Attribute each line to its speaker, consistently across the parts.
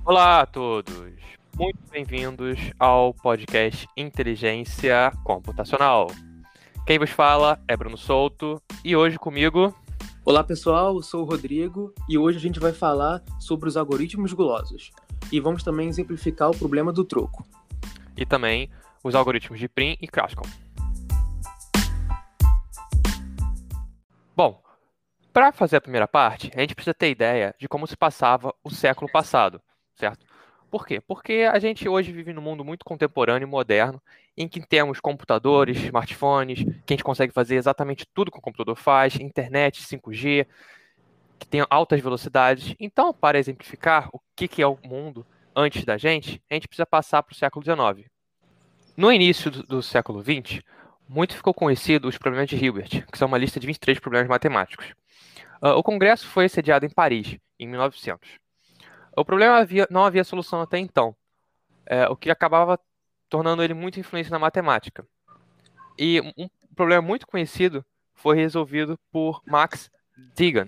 Speaker 1: Olá a todos, muito bem-vindos ao podcast Inteligência Computacional. Quem vos fala é Bruno Souto e hoje comigo...
Speaker 2: Olá pessoal, eu sou o Rodrigo e hoje a gente vai falar sobre os algoritmos gulosos e vamos também exemplificar o problema do troco.
Speaker 1: E também os algoritmos de Prim e Kraskov. Bom, para fazer a primeira parte, a gente precisa ter ideia de como se passava o século passado, certo? Por quê? Porque a gente hoje vive num mundo muito contemporâneo e moderno, em que temos computadores, smartphones, que a gente consegue fazer exatamente tudo que o computador faz, internet, 5G, que tem altas velocidades. Então, para exemplificar o que é o mundo antes da gente, a gente precisa passar para o século XIX. No início do século XX, muito ficou conhecido os problemas de Hilbert, que são uma lista de 23 problemas matemáticos. O congresso foi sediado em Paris, em 1900. O problema não havia solução até então, o que acabava tornando ele muito influente na matemática. E um problema muito conhecido foi resolvido por Max Deggan,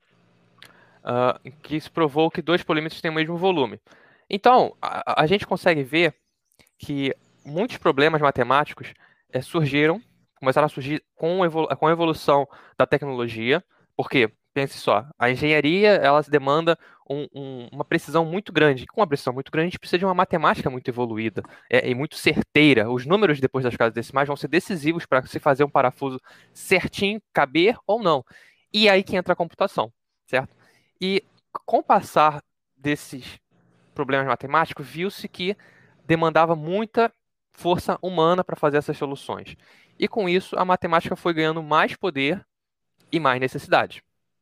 Speaker 1: que se provou que dois polímetros têm o mesmo volume. Então, a gente consegue ver que muitos problemas matemáticos começaram a surgir com a evolução da tecnologia, porque, pense só, a engenharia ela demanda uma precisão muito grande. Com uma precisão muito grande, a gente precisa de uma matemática muito evoluída e muito certeira. Os números depois das casas decimais vão ser decisivos para se fazer um parafuso certinho, caber ou não. E aí que entra a computação, certo? E com o passar desses problemas matemáticos, viu-se que demandava muita força humana para fazer essas soluções. E com isso, a matemática foi ganhando mais poder e mais necessidade.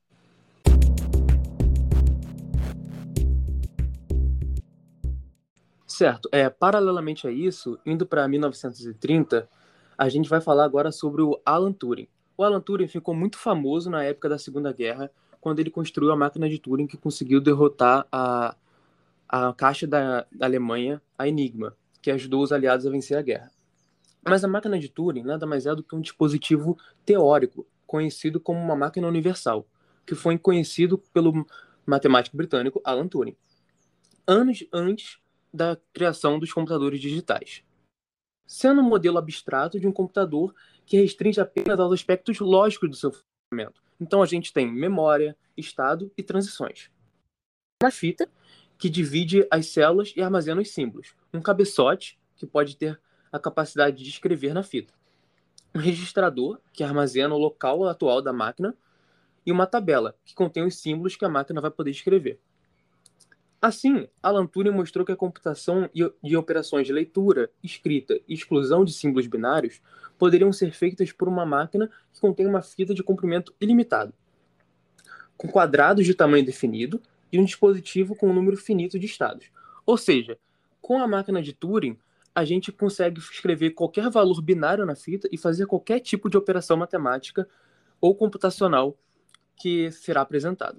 Speaker 2: Certo, paralelamente a isso, indo para 1930, a gente vai falar agora sobre o Alan Turing. O Alan Turing ficou muito famoso na época da Segunda Guerra, quando ele construiu a máquina de Turing que conseguiu derrotar a caixa da Alemanha, a Enigma, que ajudou os aliados a vencer a guerra. Mas a máquina de Turing nada mais é do que um dispositivo teórico, conhecido como uma máquina universal, que foi conhecido pelo matemático britânico Alan Turing, anos antes da criação dos computadores digitais, sendo um modelo abstrato de um computador que restringe apenas aos aspectos lógicos do seu funcionamento. Então a gente tem memória, estado e transições. Uma fita que divide as células e armazena os símbolos. Um cabeçote que pode ter a capacidade de escrever na fita. Um registrador que armazena o local atual da máquina e uma tabela que contém os símbolos que a máquina vai poder escrever. Assim, Alan Turing mostrou que a computação de operações de leitura, escrita e exclusão de símbolos binários poderiam ser feitas por uma máquina que contém uma fita de comprimento ilimitado, com quadrados de tamanho definido e um dispositivo com um número finito de estados. Ou seja, com a máquina de Turing, a gente consegue escrever qualquer valor binário na fita e fazer qualquer tipo de operação matemática ou computacional que será apresentado.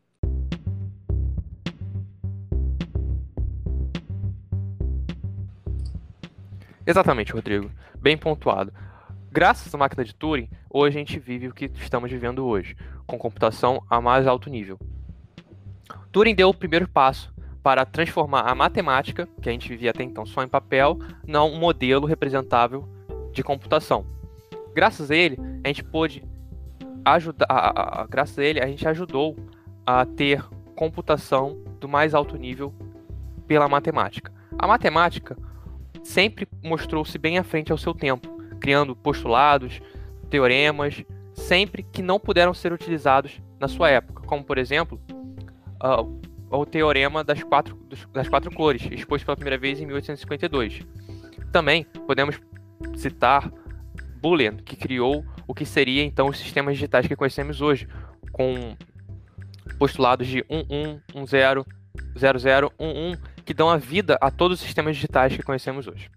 Speaker 1: Exatamente, Rodrigo. Bem pontuado. Graças à máquina de Turing, hoje a gente vive o que estamos vivendo hoje, com computação a mais alto nível. Turing deu o primeiro passo para transformar a matemática, que a gente vivia até então só em papel, num modelo representável de computação. Graças a ele, a gente pôde ajudar, graças a ele, a gente ajudou a ter computação do mais alto nível pela matemática. A matemática sempre mostrou-se bem à frente ao seu tempo, criando postulados, teoremas, sempre que não puderam ser utilizados na sua época, como por exemplo, o teorema das quatro cores, exposto pela primeira vez em 1852. Também podemos citar Boolean, que criou o que seria então os sistemas digitais que conhecemos hoje, com postulados de 1, 0, 00, 1, que dão a vida a todos os sistemas digitais que conhecemos hoje.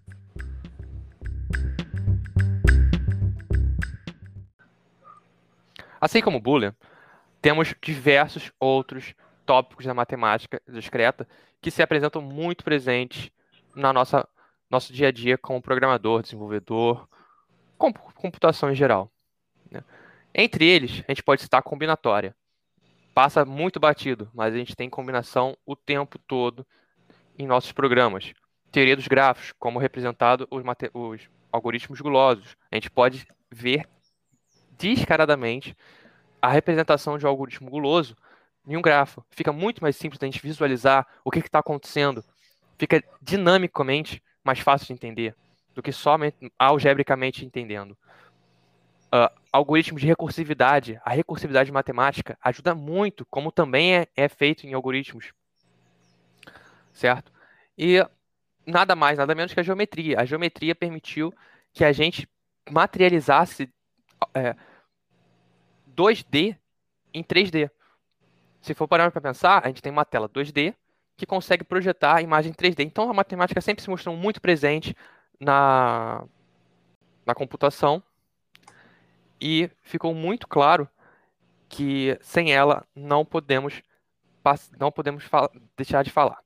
Speaker 1: Assim como Boolean, temos diversos outros tópicos da matemática discreta que se apresentam muito presentes na nosso dia a dia como programador, desenvolvedor, computação em geral, né? Entre eles, a gente pode citar a combinatória. Passa muito batido, mas a gente tem combinação o tempo todo em nossos programas. Teoria dos grafos, como representado os algoritmos gulosos. A gente pode ver descaradamente a representação de um algoritmo guloso em um grafo. Fica muito mais simples da gente visualizar o que está acontecendo. Fica dinamicamente mais fácil de entender do que somente algebricamente entendendo. Algoritmos de recursividade, a recursividade matemática ajuda muito, como também é feito em algoritmos, certo? E nada mais, nada menos que a geometria. A geometria permitiu que a gente materializasse é, 2D em 3D. Se for parar para pensar, a gente tem uma tela 2D que consegue projetar a imagem em 3D. Então a matemática sempre se mostrou muito presente na, na computação e ficou muito claro que sem ela não podemos deixar de falar.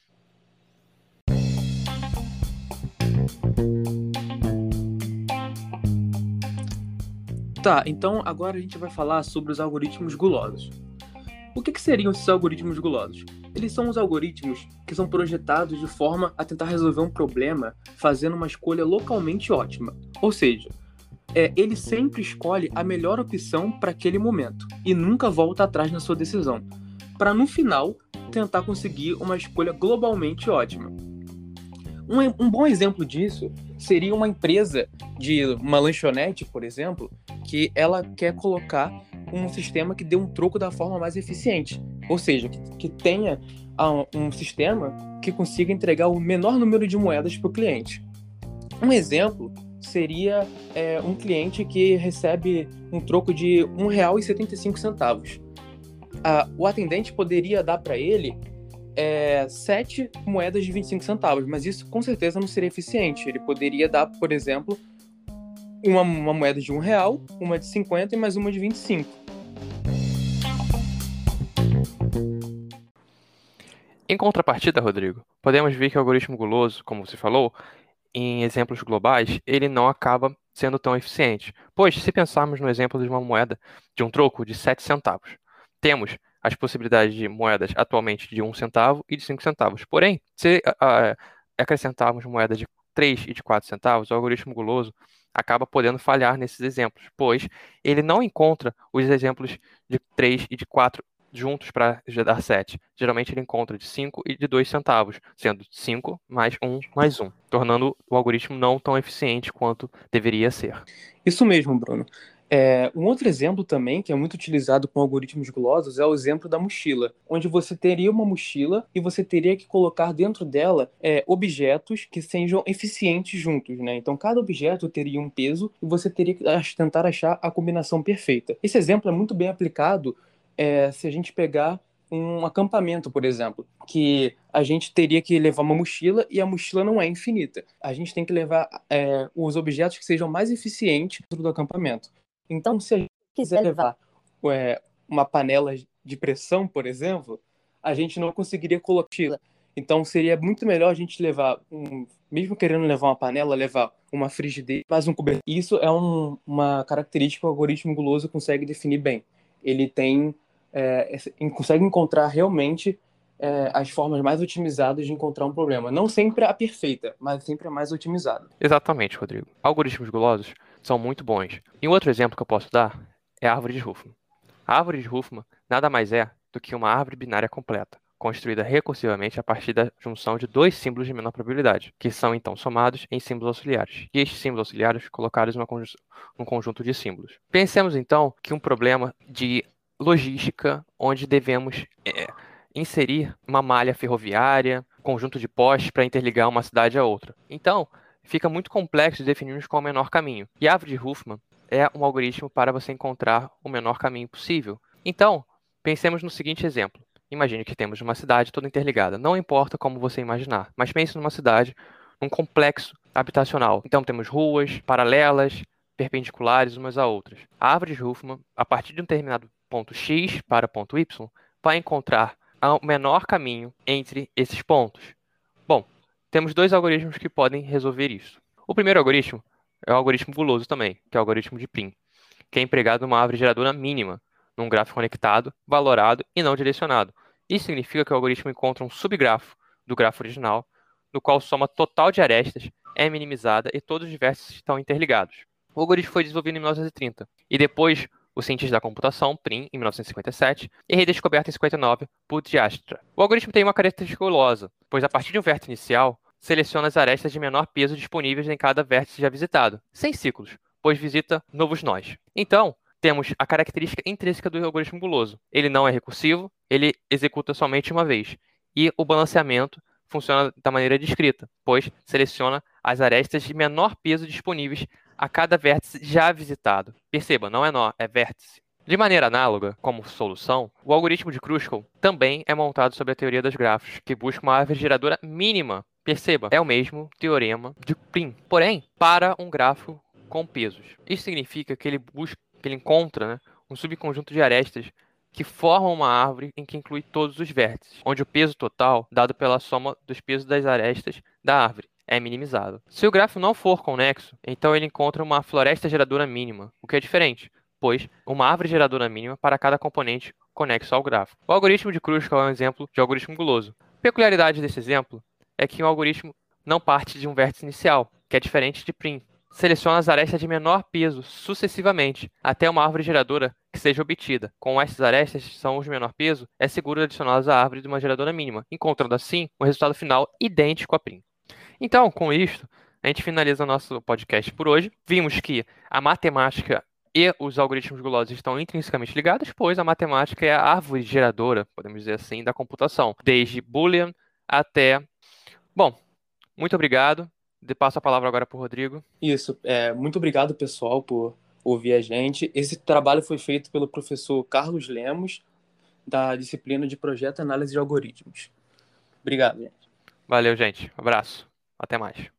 Speaker 2: Tá, então agora a gente vai falar sobre os algoritmos gulosos. O que seriam esses algoritmos gulosos? Eles são os algoritmos que são projetados de forma a tentar resolver um problema fazendo uma escolha localmente ótima. Ou seja, ele sempre escolhe a melhor opção para aquele momento e nunca volta atrás na sua decisão, para no final tentar conseguir uma escolha globalmente ótima. Um bom exemplo disso seria uma empresa de uma lanchonete, por exemplo, que ela quer colocar um sistema que dê um troco da forma mais eficiente. Ou seja, que tenha um sistema que consiga entregar o menor número de moedas para o cliente. Um exemplo seria um cliente que recebe um troco de R$ 1,75. O atendente poderia dar para ele 7 moedas de 25 centavos, mas isso com certeza não seria eficiente. Ele poderia dar, por exemplo, uma moeda de R$ 1, uma de 50 e mais uma de 25.
Speaker 1: Em contrapartida, Rodrigo, podemos ver que o algoritmo guloso, como você falou, em exemplos globais, ele não acaba sendo tão eficiente. Pois, se pensarmos no exemplo de uma moeda de um troco de 7 centavos, temos as possibilidades de moedas atualmente de 1 centavo e de 5 centavos. Porém, se acrescentarmos moedas de 3 e de 4 centavos, o algoritmo guloso acaba podendo falhar nesses exemplos, pois ele não encontra os exemplos de 3 e de 4 juntos para dar 7. Geralmente ele encontra de 5 e de 2 centavos, sendo 5 mais 1 mais 1, tornando o algoritmo não tão eficiente quanto deveria ser.
Speaker 2: Isso mesmo, Bruno. Um outro exemplo também, que é muito utilizado com algoritmos gulosos, é o exemplo da mochila, onde você teria uma mochila e você teria que colocar dentro dela objetos que sejam eficientes juntos, né? Então, cada objeto teria um peso e você teria que tentar achar a combinação perfeita. Esse exemplo é muito bem aplicado se a gente pegar um acampamento, por exemplo, que a gente teria que levar uma mochila e a mochila não é infinita. A gente tem que levar os objetos que sejam mais eficientes dentro do acampamento. Então, se a gente quiser levar uma panela de pressão, por exemplo, a gente não conseguiria colocar. Então, seria muito melhor a gente levar, mesmo querendo levar uma panela, levar uma frigideira, mais um cobertor. Isso é uma característica que o algoritmo guloso consegue definir bem. Ele consegue encontrar realmente as formas mais otimizadas de encontrar um problema. Não sempre a perfeita, mas sempre a mais otimizada.
Speaker 1: Exatamente, Rodrigo. Algoritmos gulosos são muito bons. E um outro exemplo que eu posso dar é a árvore de Huffman. A árvore de Huffman nada mais é do que uma árvore binária completa, construída recursivamente a partir da junção de dois símbolos de menor probabilidade, que são então somados em símbolos auxiliares, e estes símbolos auxiliares colocados num conjunto de símbolos. Pensemos então que um problema de logística, onde devemos inserir uma malha ferroviária, conjunto de postes para interligar uma cidade a outra. Então, fica muito complexo de definirmos qual é o menor caminho. E a árvore de Huffman é um algoritmo para você encontrar o menor caminho possível. Então, pensemos no seguinte exemplo. Imagine que temos uma cidade toda interligada. Não importa como você imaginar, mas pense numa cidade, num complexo habitacional. Então, temos ruas paralelas, perpendiculares umas a outras. A árvore de Huffman, a partir de um determinado ponto X para ponto Y, vai encontrar o menor caminho entre esses pontos. Bom, temos dois algoritmos que podem resolver isso. O primeiro algoritmo é o algoritmo guloso também, que é o algoritmo de Prim, que é empregado numa árvore geradora mínima, num gráfico conectado, valorado e não direcionado. Isso significa que o algoritmo encontra um subgrafo do grafo original, no qual a soma total de arestas é minimizada e todos os vértices estão interligados. O algoritmo foi desenvolvido em 1930 e depois o cientista da computação, Prim, em 1957, e redescoberto em 59 por Dijkstra. O algoritmo tem uma característica gulosa, pois a partir de um vértice inicial, seleciona as arestas de menor peso disponíveis em cada vértice já visitado, sem ciclos, pois visita novos nós. Então, temos a característica intrínseca do algoritmo guloso. Ele não é recursivo, ele executa somente uma vez. E o balanceamento funciona da maneira descrita, pois seleciona as arestas de menor peso disponíveis a cada vértice já visitado. Perceba, não é nó, é vértice. De maneira análoga, como solução, o algoritmo de Kruskal também é montado sobre a teoria dos grafos, que busca uma árvore geradora mínima. Perceba, é o mesmo teorema de Prim, porém, para um grafo com pesos. Isso significa que ele encontra, né, um subconjunto de arestas que formam uma árvore em que inclui todos os vértices, onde o peso total, dado pela soma dos pesos das arestas da árvore, é minimizado. Se o grafo não for conexo, então ele encontra uma floresta geradora mínima, o que é diferente, pois uma árvore geradora mínima para cada componente conexo ao grafo. O algoritmo de Kruskal é um exemplo de algoritmo guloso. A peculiaridade desse exemplo é que o algoritmo não parte de um vértice inicial, que é diferente de Prim. Seleciona as arestas de menor peso sucessivamente, até uma árvore geradora que seja obtida. Com essas arestas, que são os de menor peso, é seguro adicioná-las à árvore de uma geradora mínima, encontrando assim um resultado final idêntico a Prim. Então, com isto, a gente finaliza o nosso podcast por hoje. Vimos que a matemática e os algoritmos gulosos estão intrinsecamente ligados, pois a matemática é a árvore geradora, podemos dizer assim, da computação, desde Boolean até... Bom, muito obrigado. Passo a palavra agora para o Rodrigo.
Speaker 2: Isso. Muito obrigado, pessoal, por ouvir a gente. Esse trabalho foi feito pelo professor Carlos Lemos, da disciplina de Projeto e Análise de Algoritmos. Obrigado, gente.
Speaker 1: Valeu, gente. Abraço. Até mais.